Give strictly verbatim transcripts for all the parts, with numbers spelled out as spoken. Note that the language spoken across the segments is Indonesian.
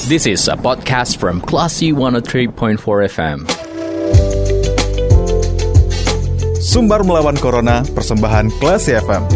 This is a podcast from Classy one oh three point four F M. Sumbar melawan Corona, persembahan Classy F M.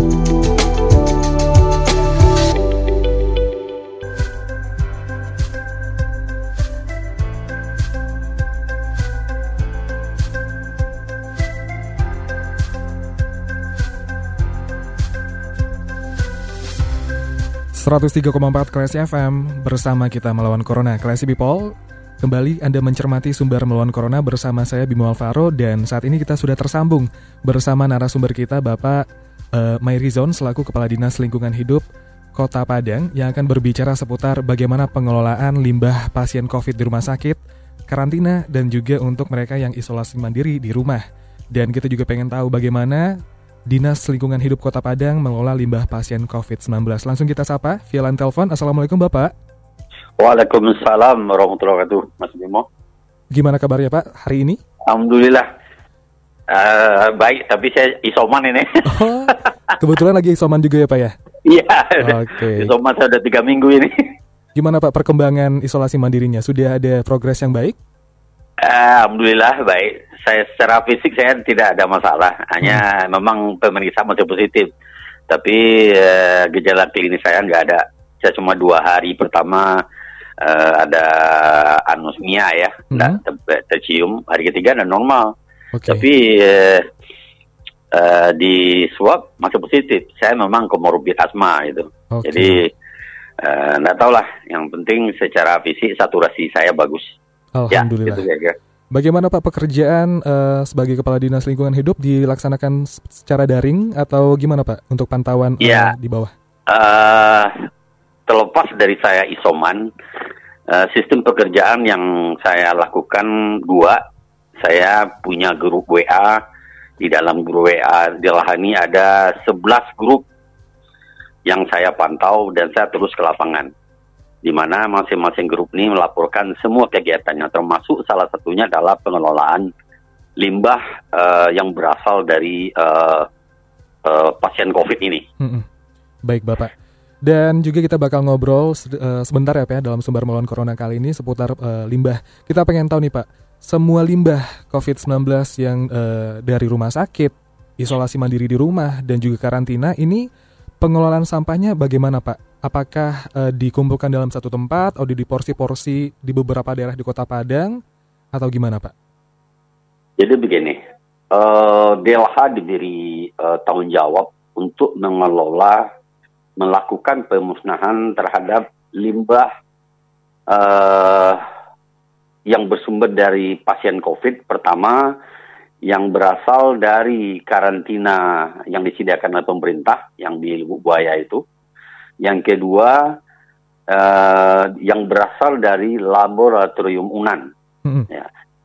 seratus tiga koma empat Classy F M, bersama kita melawan Corona. Classy People, kembali Anda mencermati Sumber Melawan Corona bersama saya Bimo Alvaro. Dan saat ini kita sudah tersambung bersama narasumber kita, Bapak uh, Mayrizon selaku Kepala Dinas Lingkungan Hidup Kota Padang, yang akan berbicara seputar bagaimana pengelolaan limbah pasien COVID di rumah sakit, karantina, dan juga untuk mereka yang isolasi mandiri di rumah. Dan kita juga pengen tahu bagaimana Dinas Lingkungan Hidup Kota Padang mengelola limbah pasien covid sembilan belas. Langsung kita sapa via line telepon. Assalamualaikum Bapak. Waalaikumsalam warahmatullahi wabarakatuh, Mas Bimo. Gimana kabarnya Pak hari ini? Alhamdulillah uh, baik, tapi saya isoman ini. Oh, kebetulan lagi isoman juga ya Pak ya? Iya, okay. Isoman saya udah tiga minggu ini. Gimana Pak perkembangan isolasi mandirinya? Sudah ada progres yang baik? Uh, Alhamdulillah baik. Saya secara fisik saya tidak ada masalah. Hanya hmm. memang pemeriksaan masih positif. Tapi uh, gejala klinis saya nggak ada. Saya cuma dua hari pertama uh, ada anosmia ya, nggak hmm. ter- tercium. Hari ketiga ada normal. Okay. Tapi uh, uh, di swab masih positif. Saya memang komorbid asma itu. Okay. Jadi uh, nggak tahu lah. Yang penting secara fisik saturasi saya bagus. Alhamdulillah. Ya, gitu, bagaimana Pak pekerjaan uh, sebagai Kepala Dinas Lingkungan Hidup dilaksanakan secara daring atau gimana Pak untuk pantauan ya, uh, di bawah? Uh, terlepas dari saya isoman, uh, sistem pekerjaan yang saya lakukan dua. Saya punya grup W A. Di dalam grup W A di Lahani ada sebelas grup yang saya pantau dan saya terus ke lapangan, di mana masing-masing grup ini melaporkan semua kegiatannya, termasuk salah satunya adalah pengelolaan limbah uh, yang berasal dari uh, uh, pasien COVID ini. Hmm, baik Bapak. Dan juga kita bakal ngobrol uh, sebentar ya Pak ya, dalam Sumber Melawan Corona kali ini seputar uh, limbah. Kita pengen tahu nih Pak, semua limbah covid sembilan belas yang uh, dari rumah sakit, isolasi mandiri di rumah, dan juga karantina ini, pengelolaan sampahnya bagaimana Pak? Apakah uh, dikumpulkan dalam satu tempat atau di porsi-porsi di beberapa daerah di Kota Padang atau gimana Pak? Jadi begini, uh, D L H diberi uh, tanggung jawab untuk mengelola, melakukan pemusnahan terhadap limbah uh, yang bersumber dari pasien COVID. Pertama, yang berasal dari karantina yang disediakan oleh pemerintah yang di Lubuk Buaya itu. Yang kedua, uh, yang berasal dari laboratorium Unan. Mm-hmm. Ya.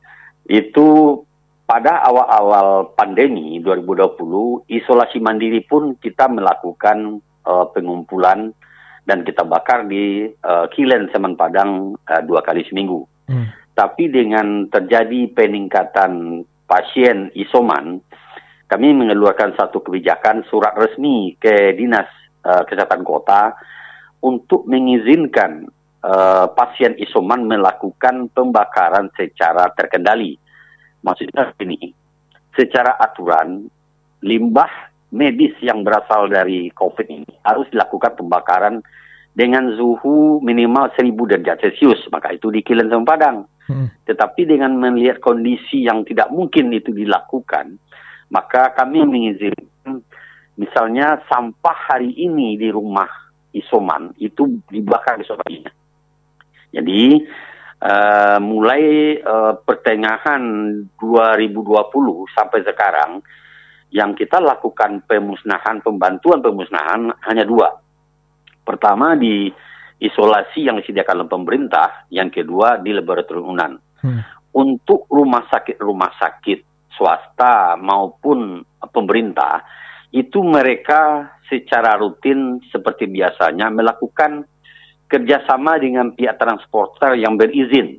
Itu pada awal-awal pandemi dua ribu dua puluh, isolasi mandiri pun kita melakukan uh, pengumpulan dan kita bakar di uh, Kilen Semen Padang uh, dua kali seminggu. Mm. Tapi dengan terjadi peningkatan pasien isoman, kami mengeluarkan satu kebijakan surat resmi ke Dinas uh, Kesehatan Kota untuk mengizinkan uh, pasien isoman melakukan pembakaran secara terkendali. Maksudnya ini, secara aturan limbah medis yang berasal dari COVID ini harus dilakukan pembakaran dengan suhu minimal seribu derajat Celcius, maka itu di Kilen Semen Padang. Hmm. Tetapi dengan melihat kondisi yang tidak mungkin itu dilakukan, maka kami mengizinkan misalnya sampah hari ini di rumah isoman itu dibakar besok paginya. Jadi uh, mulai uh, pertengahan dua ribu dua puluh sampai sekarang yang kita lakukan pemusnahan, pembantuan pemusnahan hanya dua. Pertama di isolasi yang disediakan oleh pemerintah, yang kedua di laboratorium Unan. Hmm. Untuk rumah sakit-rumah sakit swasta maupun pemerintah, itu mereka secara rutin seperti biasanya melakukan kerjasama dengan pihak transporter yang berizin.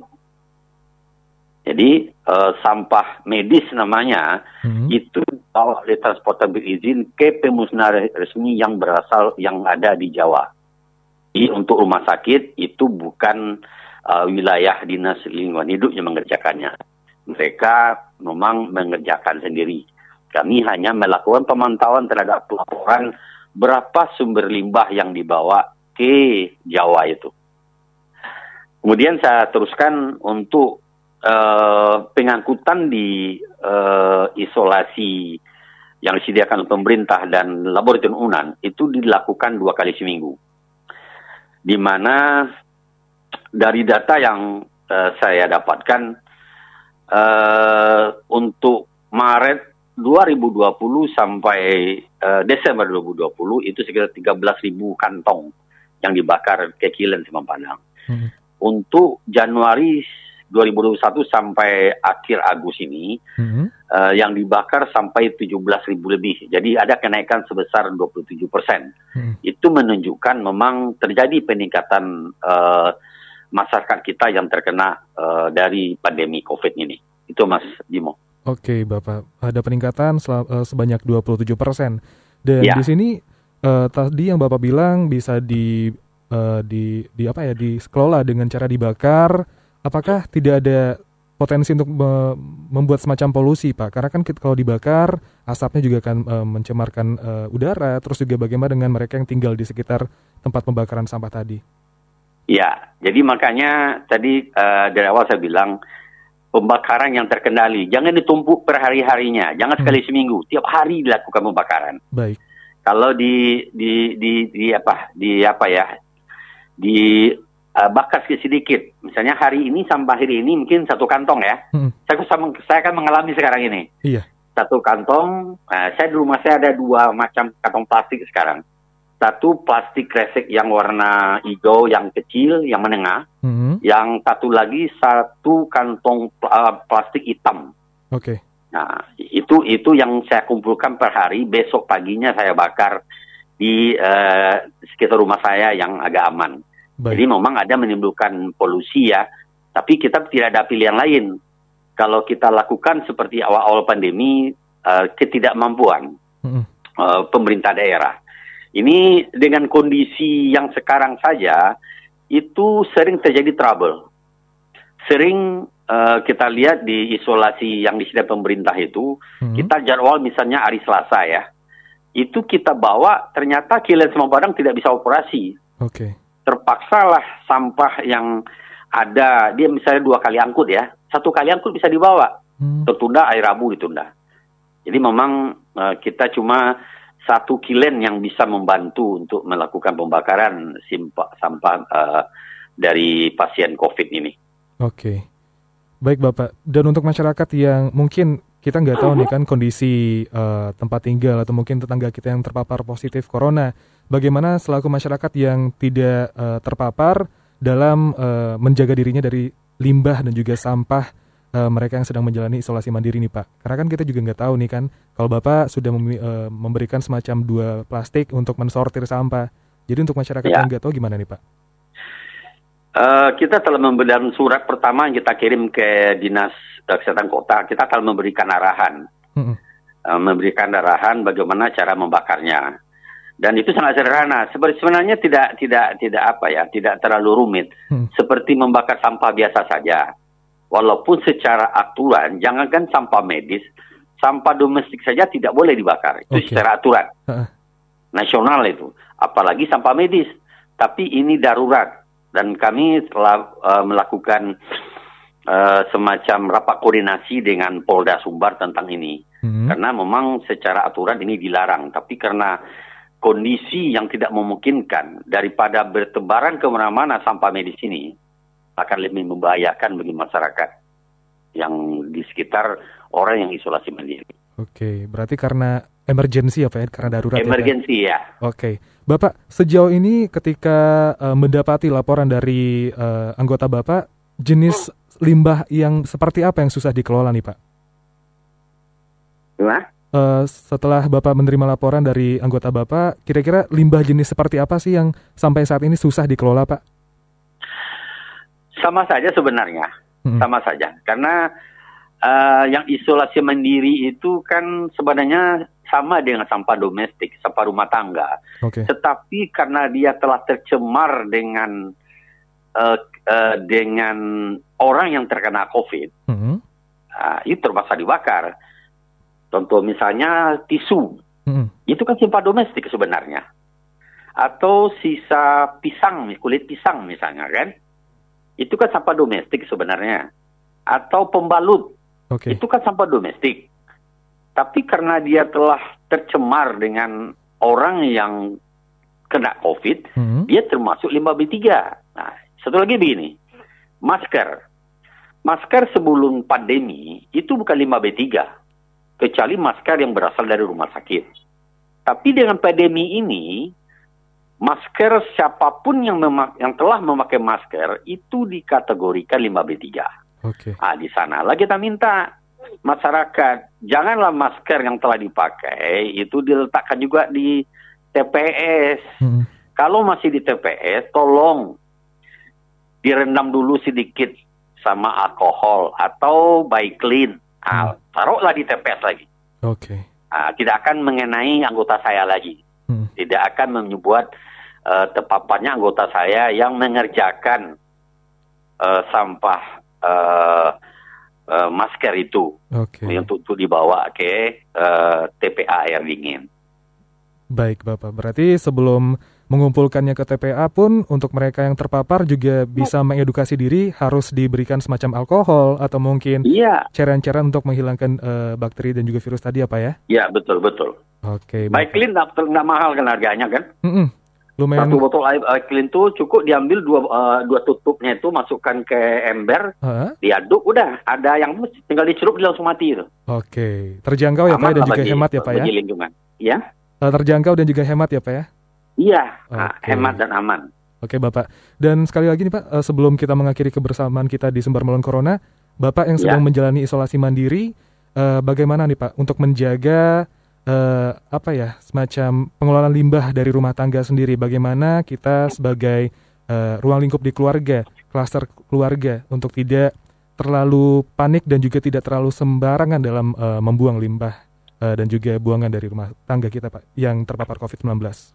Jadi uh, sampah medis namanya, hmm. itu dibawa oleh transporter berizin ke pemusnahan resmi yang berasal yang ada di Jawa. Jadi untuk rumah sakit itu bukan uh, wilayah dinas lingkungan hidup yang mengerjakannya. Mereka memang mengerjakan sendiri. Kami hanya melakukan pemantauan terhadap laporan berapa sumber limbah yang dibawa ke Jawa itu. Kemudian saya teruskan untuk uh, pengangkutan di uh, isolasi yang disediakan pemerintah dan laboratorium UNAN itu dilakukan dua kali seminggu. Di mana dari data yang uh, saya dapatkan uh, untuk Maret dua ribu dua puluh sampai uh, Desember dua ribu dua puluh itu sekitar tiga belas ribu kantong yang dibakar ke Kilen Semang Padang. Hmm. Untuk Januari dua ribu dua puluh satu sampai akhir Agustus ini, hmm. uh, yang dibakar sampai tujuh belas ribu lebih. Jadi ada kenaikan sebesar dua puluh tujuh persen. Hmm. Itu menunjukkan memang terjadi peningkatan uh, masyarakat kita yang terkena uh, dari pandemi COVID ini. Itu Mas Bimo. Oke, Bapak. Ada peningkatan sel- uh, sebanyak dua puluh tujuh persen. Dan ya. Di sini uh, tadi yang Bapak bilang bisa di uh, di di apa ya, dikelola dengan cara dibakar. Apakah tidak ada potensi untuk me- membuat semacam polusi, Pak? Karena kan kita, kalau dibakar, asapnya juga akan uh, mencemarkan uh, udara, terus juga bagaimana dengan mereka yang tinggal di sekitar tempat pembakaran sampah tadi? Ya, jadi makanya tadi uh, dari awal saya bilang pembakaran yang terkendali, jangan ditumpuk per hari-harinya, jangan sekali hmm. seminggu, tiap hari dilakukan pembakaran. Baik. Kalau di di di di apa di apa ya di uh, bakar sedikit, misalnya hari ini sampai hari ini mungkin satu kantong ya. Hmm. Saya saya akan mengalami sekarang ini. Iya. Satu kantong, uh, saya di rumah saya ada dua macam kantong plastik sekarang. Satu plastik kresek yang warna hijau, yang kecil, yang menengah. Mm-hmm. Yang satu lagi satu kantong uh, plastik hitam. Oke. Okay. Nah, itu itu yang saya kumpulkan per hari. Besok paginya saya bakar di uh, sekitar rumah saya yang agak aman. Baik. Jadi memang ada menimbulkan polusi ya. Tapi kita tidak ada pilihan lain. Kalau kita lakukan seperti awal-awal pandemi, uh, ketidakmampuan mm-hmm. uh, pemerintah daerah. Ini dengan kondisi yang sekarang saja, itu sering terjadi trouble. Sering uh, kita lihat di isolasi yang disediakan pemerintah itu, hmm. kita jadwal misalnya hari Selasa ya, itu kita bawa, ternyata Kilen Semang Padang tidak bisa operasi. Oke. Okay. Terpaksalah sampah yang ada, dia misalnya dua kali angkut ya, satu kali angkut bisa dibawa. Hmm. Tertunda, hari Rabu ditunda. Jadi memang uh, kita cuma satu kilen yang bisa membantu untuk melakukan pembakaran simpa, sampah uh, dari pasien COVID ini. Oke, baik Bapak. Dan untuk masyarakat yang mungkin kita nggak tahu nih kan kondisi uh, tempat tinggal atau mungkin tetangga kita yang terpapar positif corona, bagaimana selaku masyarakat yang tidak uh, terpapar dalam uh, menjaga dirinya dari limbah dan juga sampah Uh, mereka yang sedang menjalani isolasi mandiri nih Pak. Karena kan kita juga nggak tahu nih kan, kalau Bapak sudah mem- uh, memberikan semacam dua plastik untuk mensortir sampah. Jadi untuk masyarakat ya. Yang nggak tahu gimana nih Pak? Uh, kita telah memberikan surat pertama yang kita kirim ke Dinas Kesehatan Kota. Kita telah memberikan arahan. Mm-hmm. Uh, memberikan arahan bagaimana cara membakarnya. Dan itu sangat sederhana. Sebenarnya tidak tidak tidak apa ya, tidak terlalu rumit. Mm. Seperti membakar sampah biasa saja. Walaupun secara aturan, jangankan sampah medis, sampah domestik saja tidak boleh dibakar. Itu okay. Secara aturan. Uh-uh. Nasional itu. Apalagi sampah medis. Tapi ini darurat. Dan kami telah uh, melakukan uh, semacam rapat koordinasi dengan Polda Sumbar tentang ini. Uh-huh. Karena memang secara aturan ini dilarang. Tapi karena kondisi yang tidak memungkinkan, daripada bertebaran kemana-mana sampah medis ini, akan lebih membahayakan bagi masyarakat yang di sekitar orang yang isolasi mandiri. Oke, berarti karena emergensi ya Pak ya? Karena darurat emergensi ya, ya Oke, Bapak sejauh ini ketika uh, mendapati laporan dari uh, anggota Bapak, jenis limbah yang seperti apa yang susah dikelola nih Pak? Gimana? Uh, setelah Bapak menerima laporan dari anggota Bapak, kira-kira limbah jenis seperti apa sih yang sampai saat ini susah dikelola Pak? Sama saja sebenarnya, hmm. sama saja. Karena uh, yang isolasi mandiri itu kan sebenarnya sama dengan sampah domestik, sampah rumah tangga. Okay. Tetapi karena dia telah tercemar dengan uh, uh, dengan orang yang terkena COVID, Mm-hmm. uh, itu terpaksa dibakar. Contoh misalnya tisu, Mm-hmm. itu kan sampah domestik sebenarnya. Atau sisa pisang, kulit pisang misalnya kan, itu kan sampah domestik sebenarnya. Atau pembalut, Oke. itu kan sampah domestik. Tapi karena dia telah tercemar dengan orang yang kena COVID, Mm-hmm. dia termasuk limbah B tiga. Nah, satu lagi begini, masker. Masker sebelum pandemi itu bukan limbah B tiga, kecuali masker yang berasal dari rumah sakit. Tapi dengan pandemi ini, masker siapapun yang memak- yang telah memakai masker itu dikategorikan limbah B tiga. Oke. Ah, di sanalah kita minta masyarakat, janganlah masker yang telah dipakai itu diletakkan juga di T P S. Mm-hmm. Kalau masih di T P S, tolong direndam dulu sedikit sama alkohol atau by clean. Ah, Hmm. taruhlah di T P S lagi. Oke. Ah, tidak akan mengenai anggota saya lagi. Mm. Tidak akan membuat uh, terpaparnya anggota saya yang mengerjakan uh, sampah uh, uh, masker itu Oke. untuk, untuk dibawa ke uh, T P A air dingin. Baik Bapak, berarti sebelum mengumpulkannya ke T P A pun untuk mereka yang terpapar juga bisa mengedukasi diri harus diberikan semacam alkohol atau mungkin Iya, cairan-cairan untuk menghilangkan eh, bakteri dan juga virus tadi apa ya? ya betul betul. Oke. Baik clean nggak mahal kan harganya kan? Mm-mm. Lumayan. Satu botol air, air clean tuh cukup diambil dua uh, dua tutupnya itu masukkan ke ember, Hah? diaduk udah ada yang tinggal dicelup dia langsung mati itu. Oke, terjangkau ya Pak ya, dan Aman lah juga bagi- hemat ya Pak ya? bagi lingkungan. Ya, Eh, terjangkau dan juga hemat ya Pak ya? iya, ah, Oke. hemat dan aman. Oke Bapak. Dan sekali lagi nih Pak, eh, sebelum kita mengakhiri kebersamaan kita di Sumber Melawan Corona, Bapak yang sedang Ya. menjalani isolasi mandiri, eh, bagaimana nih Pak untuk menjaga eh, apa ya semacam pengelolaan limbah dari rumah tangga sendiri? Bagaimana kita sebagai eh, ruang lingkup di keluarga, klaster keluarga untuk tidak terlalu panik dan juga tidak terlalu sembarangan dalam eh, membuang limbah eh, dan juga buangan dari rumah tangga kita Pak yang terpapar covid sembilan belas.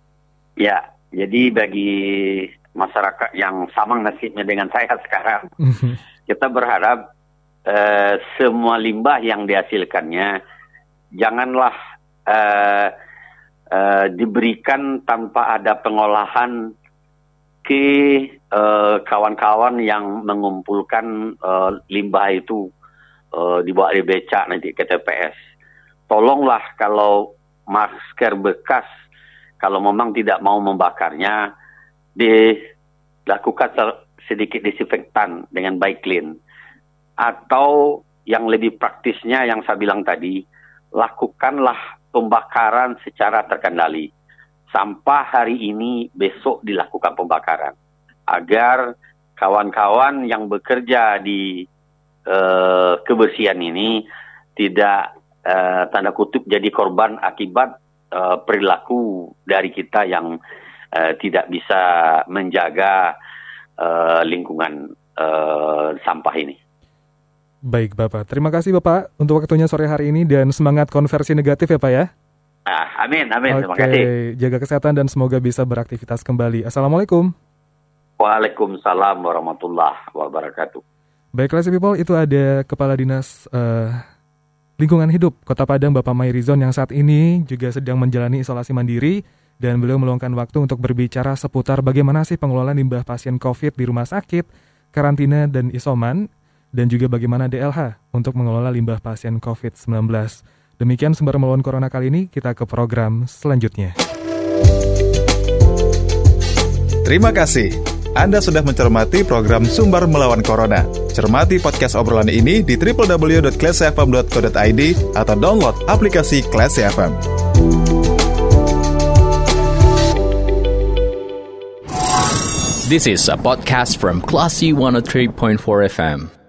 Ya, jadi bagi masyarakat yang sama nasibnya dengan saya sekarang, kita berharap eh, semua limbah yang dihasilkannya janganlah eh, eh, diberikan tanpa ada pengolahan ke eh, kawan-kawan yang mengumpulkan eh, limbah itu eh, dibawa di becak nanti ke T P S. Tolonglah kalau masker bekas, kalau memang tidak mau membakarnya, dilakukan sedikit disinfektan dengan baik clean. Atau yang lebih praktisnya yang saya bilang tadi, lakukanlah pembakaran secara terkendali. Sampah hari ini, besok dilakukan pembakaran. Agar kawan-kawan yang bekerja di uh, kebersihan ini tidak uh, tanda kutip jadi korban akibat uh, perilaku dari kita yang uh, tidak bisa menjaga uh, lingkungan uh, sampah ini. Baik Bapak, terima kasih Bapak untuk waktunya sore hari ini dan semangat konversi negatif ya Pak ya. Ah, amin, amin. Oke, Terima kasih. jaga kesehatan dan semoga bisa beraktivitas kembali. Assalamualaikum. Waalaikumsalam warahmatullahi wabarakatuh. Baik Classy People, itu ada Kepala Dinas eh, Lingkungan Hidup Kota Padang Bapak Mairizon yang saat ini juga sedang menjalani isolasi mandiri dan beliau meluangkan waktu untuk berbicara seputar bagaimana sih pengelolaan limbah pasien COVID di rumah sakit, karantina dan isoman, dan juga bagaimana D L H untuk mengelola limbah pasien covid sembilan belas. Demikian Sumber Melawan Corona kali ini, kita ke program selanjutnya. Terima kasih. Anda sudah mencermati program Sumber Melawan Corona. Cermati podcast obrolan ini di w w w dot classy f m dot co dot i d atau download aplikasi Classy F M. This is a podcast from Classy one oh three point four F M.